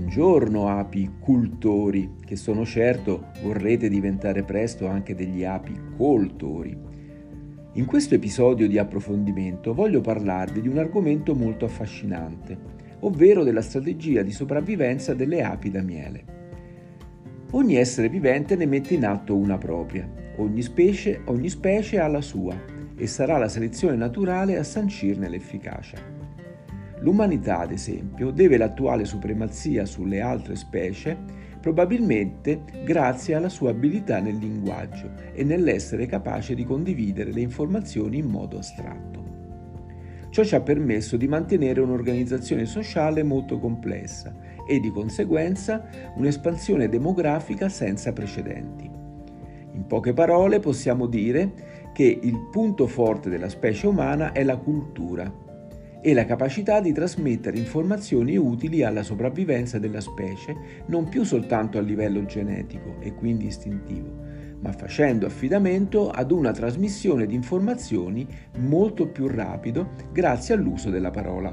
Buongiorno apicultori, che sono certo vorrete diventare presto anche degli apicoltori. In questo episodio di approfondimento voglio parlarvi di un argomento molto affascinante, ovvero della strategia di sopravvivenza delle api da miele. Ogni essere vivente ne mette in atto una propria, ogni specie ha la sua e sarà la selezione naturale a sancirne l'efficacia. L'umanità, ad esempio, deve l'attuale supremazia sulle altre specie probabilmente grazie alla sua abilità nel linguaggio e nell'essere capace di condividere le informazioni in modo astratto. Ciò ci ha permesso di mantenere un'organizzazione sociale molto complessa e di conseguenza un'espansione demografica senza precedenti. In poche parole possiamo dire che il punto forte della specie umana è la cultura e la capacità di trasmettere informazioni utili alla sopravvivenza della specie non più soltanto a livello genetico e quindi istintivo, ma facendo affidamento ad una trasmissione di informazioni molto più rapido grazie all'uso della parola.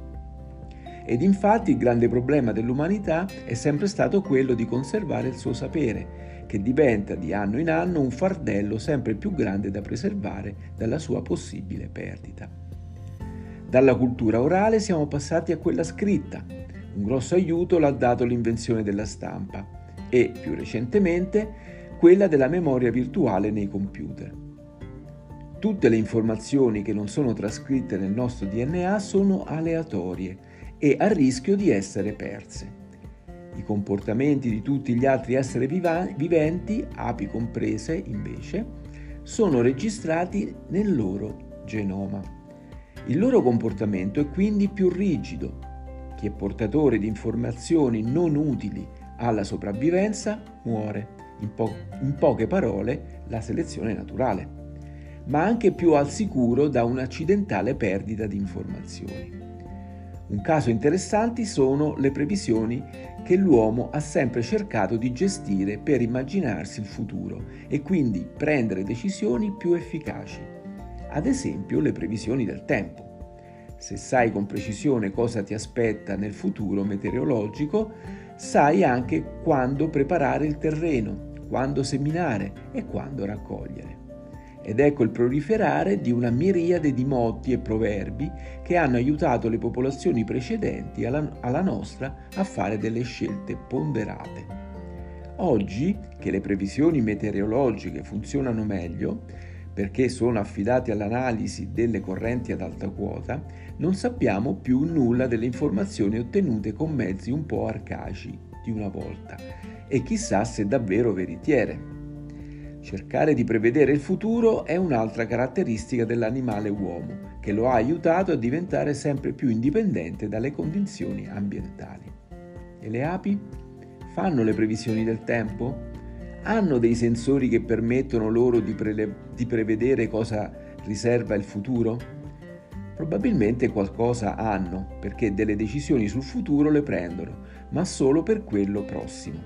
Ed infatti il grande problema dell'umanità è sempre stato quello di conservare il suo sapere, che diventa di anno in anno un fardello sempre più grande da preservare dalla sua possibile perdita. Dalla cultura orale siamo passati a quella scritta. Un grosso aiuto l'ha dato l'invenzione della stampa e, più recentemente, quella della memoria virtuale nei computer. Tutte le informazioni che non sono trascritte nel nostro DNA sono aleatorie e a rischio di essere perse. I comportamenti di tutti gli altri esseri viventi, api comprese, invece, sono registrati nel loro genoma. Il loro comportamento è quindi più rigido. Chi è portatore di informazioni non utili alla sopravvivenza muore. In poche parole, la selezione naturale, ma anche più al sicuro da un'accidentale perdita di informazioni. Un caso interessante sono le previsioni che l'uomo ha sempre cercato di gestire per immaginarsi il futuro e quindi prendere decisioni più efficaci. Ad esempio le previsioni del tempo. Se sai con precisione cosa ti aspetta nel futuro meteorologico, sai anche quando preparare il terreno, quando seminare e quando raccogliere. Ed ecco il proliferare di una miriade di motti e proverbi che hanno aiutato le popolazioni precedenti alla nostra a fare delle scelte ponderate. Oggi, che le previsioni meteorologiche funzionano meglio, perché sono affidati all'analisi delle correnti ad alta quota, non sappiamo più nulla delle informazioni ottenute con mezzi un po' arcaici di una volta e chissà se davvero veritiere. Cercare di prevedere il futuro è un'altra caratteristica dell'animale uomo, che lo ha aiutato a diventare sempre più indipendente dalle condizioni ambientali. E le api? Fanno le previsioni del tempo? Hanno dei sensori che permettono loro di prevedere cosa riserva il futuro? Probabilmente qualcosa hanno, perché delle decisioni sul futuro le prendono, ma solo per quello prossimo.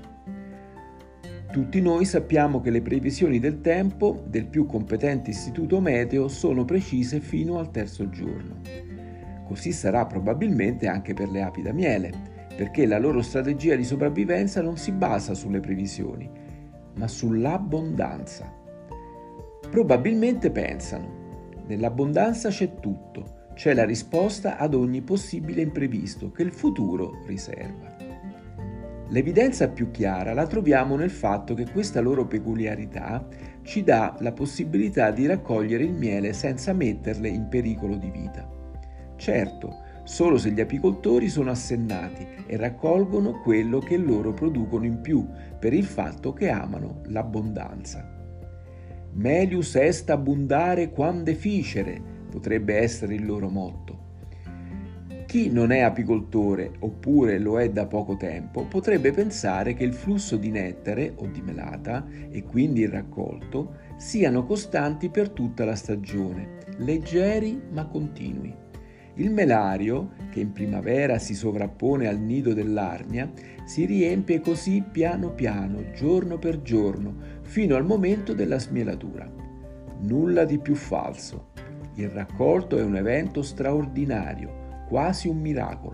Tutti noi sappiamo che le previsioni del tempo del più competente istituto meteo sono precise fino al terzo giorno. Così sarà probabilmente anche per le api da miele, perché la loro strategia di sopravvivenza non si basa sulle previsioni, ma sull'abbondanza. Probabilmente pensano: nell'abbondanza c'è tutto, c'è la risposta ad ogni possibile imprevisto che il futuro riserva. L'evidenza più chiara la troviamo nel fatto che questa loro peculiarità ci dà la possibilità di raccogliere il miele senza metterle in pericolo di vita. Certo, solo se gli apicoltori sono assennati e raccolgono quello che loro producono in più per il fatto che amano l'abbondanza. Melius est abundare quam deficere potrebbe essere il loro motto. Chi non è apicoltore oppure lo è da poco tempo potrebbe pensare che il flusso di nettare o di melata e quindi il raccolto siano costanti per tutta la stagione, leggeri ma continui. Il melario, che in primavera si sovrappone al nido dell'arnia, si riempie così piano piano, giorno per giorno, fino al momento della smielatura. Nulla di più falso. Il raccolto è un evento straordinario, quasi un miracolo.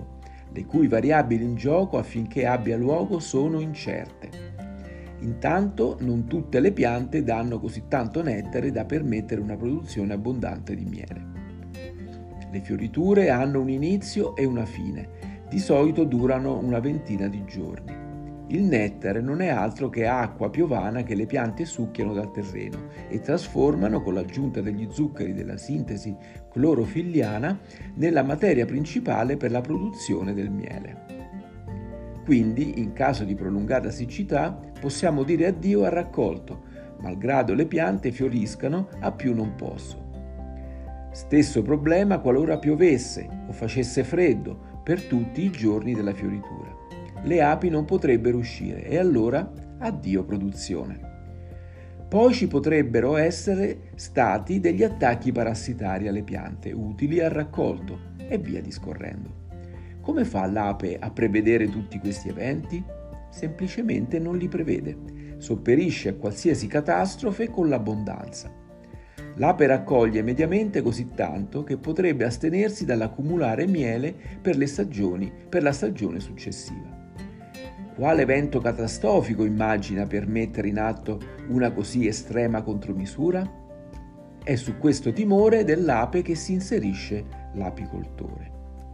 le cui variabili in gioco affinché abbia luogo sono incerte. Intanto non tutte le piante danno così tanto nettare da permettere una produzione abbondante di miele. Le fioriture hanno un inizio e una fine, di solito durano una ventina di giorni. Il nettare non è altro che acqua piovana che le piante succhiano dal terreno e trasformano con l'aggiunta degli zuccheri della sintesi clorofilliana nella materia principale per la produzione del miele. Quindi, in caso di prolungata siccità, possiamo dire addio al raccolto, malgrado le piante fioriscano a più non posso. Stesso problema qualora piovesse o facesse freddo per tutti i giorni della fioritura. Le api non potrebbero uscire e allora addio produzione. Poi ci potrebbero essere stati degli attacchi parassitari alle piante utili al raccolto e via discorrendo. Come fa l'ape a prevedere tutti questi eventi? Semplicemente non li prevede, sopperisce a qualsiasi catastrofe con l'abbondanza. L'ape raccoglie mediamente così tanto che potrebbe astenersi dall'accumulare miele per la stagione successiva. Quale evento catastrofico immagina per mettere in atto una così estrema contromisura? È su questo timore dell'ape che si inserisce l'apicoltore.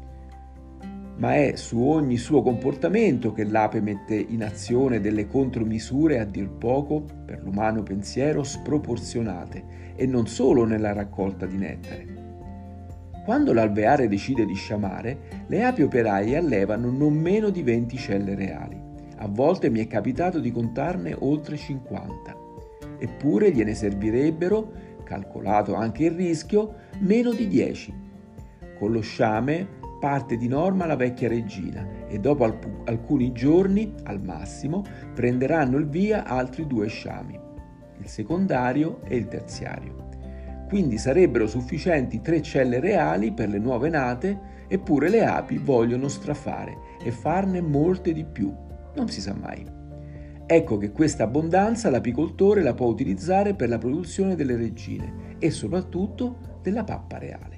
Ma è su ogni suo comportamento che l'ape mette in azione delle contromisure a dir poco, per l'umano pensiero, sproporzionate, e non solo nella raccolta di nettare. Quando l'alveare decide di sciamare, le api operaie allevano non meno di 20 celle reali. A volte mi è capitato di contarne oltre 50. Eppure gliene servirebbero, calcolato anche il rischio, meno di 10. Con lo sciame parte di norma la vecchia regina e dopo alcuni giorni, al massimo, prenderanno il via altri 2 sciami, il secondario e il terziario. Quindi sarebbero sufficienti 3 celle reali per le nuove nate, eppure le api vogliono strafare e farne molte di più. Non si sa mai. Ecco che questa abbondanza l'apicoltore la può utilizzare per la produzione delle regine e soprattutto della pappa reale.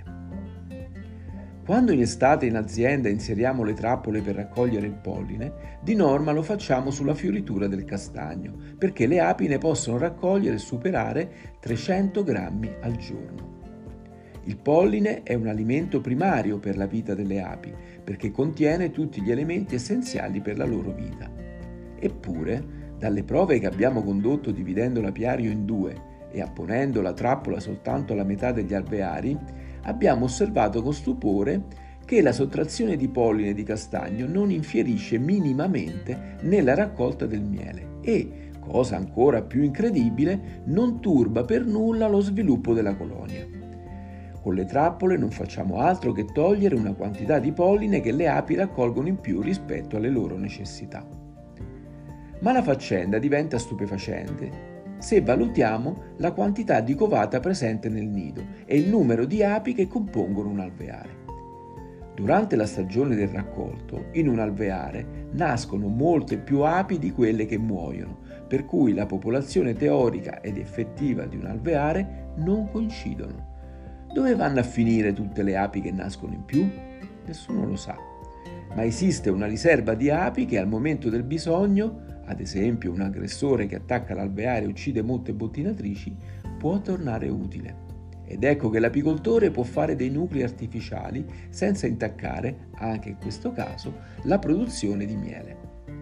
Quando in estate in azienda inseriamo le trappole per raccogliere il polline, di norma lo facciamo sulla fioritura del castagno, perché le api ne possono raccogliere e superare 300 grammi al giorno. Il polline è un alimento primario per la vita delle api, perché contiene tutti gli elementi essenziali per la loro vita. Eppure, dalle prove che abbiamo condotto dividendo l'apiario in 2 e apponendo la trappola soltanto alla metà degli alveari, abbiamo osservato con stupore che la sottrazione di polline di castagno non infierisce minimamente nella raccolta del miele e, cosa ancora più incredibile, non turba per nulla lo sviluppo della colonia. Con le trappole non facciamo altro che togliere una quantità di polline che le api raccolgono in più rispetto alle loro necessità. Ma la faccenda diventa stupefacente se valutiamo la quantità di covata presente nel nido e il numero di api che compongono un alveare. Durante la stagione del raccolto, in un alveare nascono molte più api di quelle che muoiono, per cui la popolazione teorica ed effettiva di un alveare non coincidono. Dove vanno a finire tutte le api che nascono in più? Nessuno lo sa, ma esiste una riserva di api che al momento del bisogno, ad esempio un aggressore che attacca l'alveare e uccide molte bottinatrici, può tornare utile. Ed ecco che l'apicoltore può fare dei nuclei artificiali senza intaccare, anche in questo caso, la produzione di miele.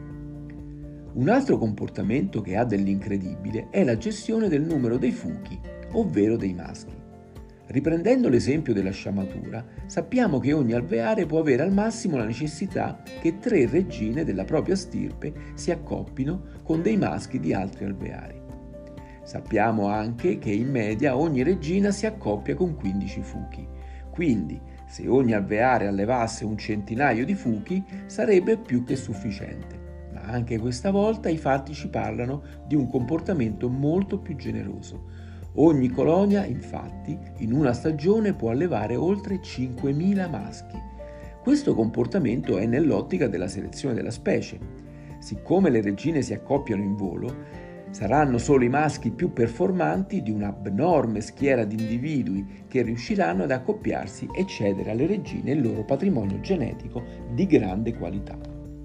Un altro comportamento che ha dell'incredibile è la gestione del numero dei fuchi, ovvero dei maschi. Riprendendo l'esempio della sciamatura, sappiamo che ogni alveare può avere al massimo la necessità che 3 regine della propria stirpe si accoppino con dei maschi di altri alveari. Sappiamo anche che in media ogni regina si accoppia con 15 fuchi. Quindi, se ogni alveare allevasse un centinaio di fuchi, sarebbe più che sufficiente. Ma anche questa volta i fatti ci parlano di un comportamento molto più generoso. Ogni colonia, infatti, in una stagione può allevare oltre 5.000 maschi. Questo comportamento è nell'ottica della selezione della specie. Siccome le regine si accoppiano in volo, Saranno solo i maschi più performanti di un'abnorme schiera di individui che riusciranno ad accoppiarsi e cedere alle regine il loro patrimonio genetico di grande qualità.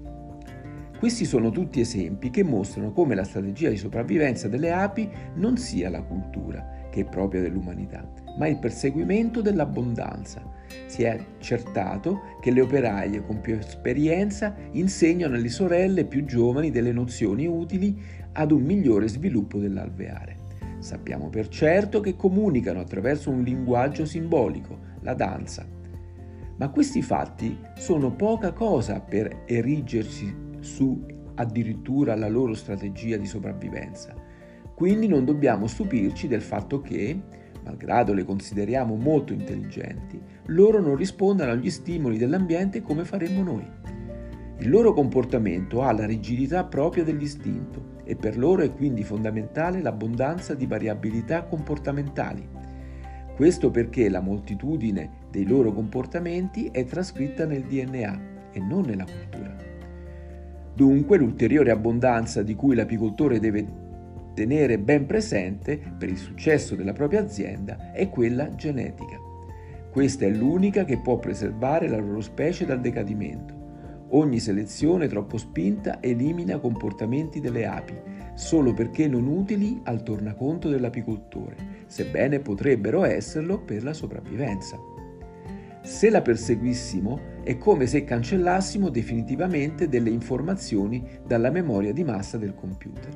Questi sono tutti esempi che mostrano come la strategia di sopravvivenza delle api non sia la cultura, che è propria dell'umanità, ma il perseguimento dell'abbondanza. Si è accertato che le operaie con più esperienza insegnano alle sorelle più giovani delle nozioni utili ad un migliore sviluppo dell'alveare. Sappiamo per certo che comunicano attraverso un linguaggio simbolico, la danza. Ma questi fatti sono poca cosa per erigersi su addirittura la loro strategia di sopravvivenza. Quindi non dobbiamo stupirci del fatto che, malgrado le consideriamo molto intelligenti, loro non rispondano agli stimoli dell'ambiente come faremmo noi. Il loro comportamento ha la rigidità propria dell'istinto e per loro è quindi fondamentale l'abbondanza di variabilità comportamentali. Questo perché la moltitudine dei loro comportamenti è trascritta nel DNA e non nella cultura. Dunque l'ulteriore abbondanza di cui l'apicoltore deve tenere ben presente per il successo della propria azienda è quella genetica. Questa è l'unica che può preservare la loro specie dal decadimento. Ogni selezione troppo spinta elimina comportamenti delle api, solo perché non utili al tornaconto dell'apicoltore, sebbene potrebbero esserlo per la sopravvivenza. Se la perseguissimo è come se cancellassimo definitivamente delle informazioni dalla memoria di massa del computer.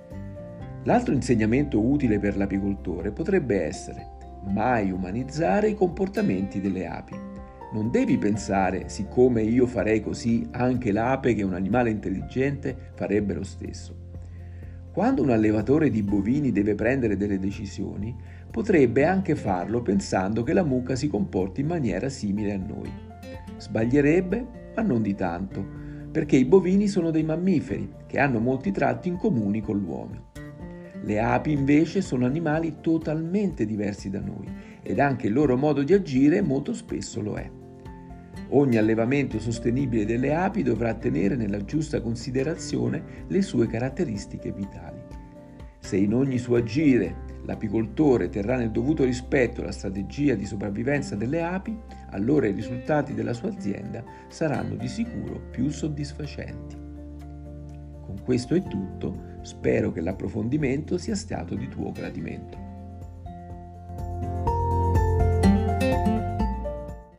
L'altro insegnamento utile per l'apicoltore potrebbe essere: mai umanizzare i comportamenti delle api. Non devi pensare, siccome io farei così, anche l'ape, che è un animale intelligente, farebbe lo stesso. Quando un allevatore di bovini deve prendere delle decisioni, potrebbe anche farlo pensando che la mucca si comporti in maniera simile a noi. Sbaglierebbe, ma non di tanto, perché i bovini sono dei mammiferi che hanno molti tratti in comune con l'uomo. Le api invece sono animali totalmente diversi da noi ed anche il loro modo di agire molto spesso lo è. Ogni allevamento sostenibile delle api dovrà tenere nella giusta considerazione le sue caratteristiche vitali. Se in ogni suo agire l'apicoltore terrà nel dovuto rispetto la strategia di sopravvivenza delle api, allora i risultati della sua azienda saranno di sicuro più soddisfacenti. Con questo è tutto, spero che l'approfondimento sia stato di tuo gradimento.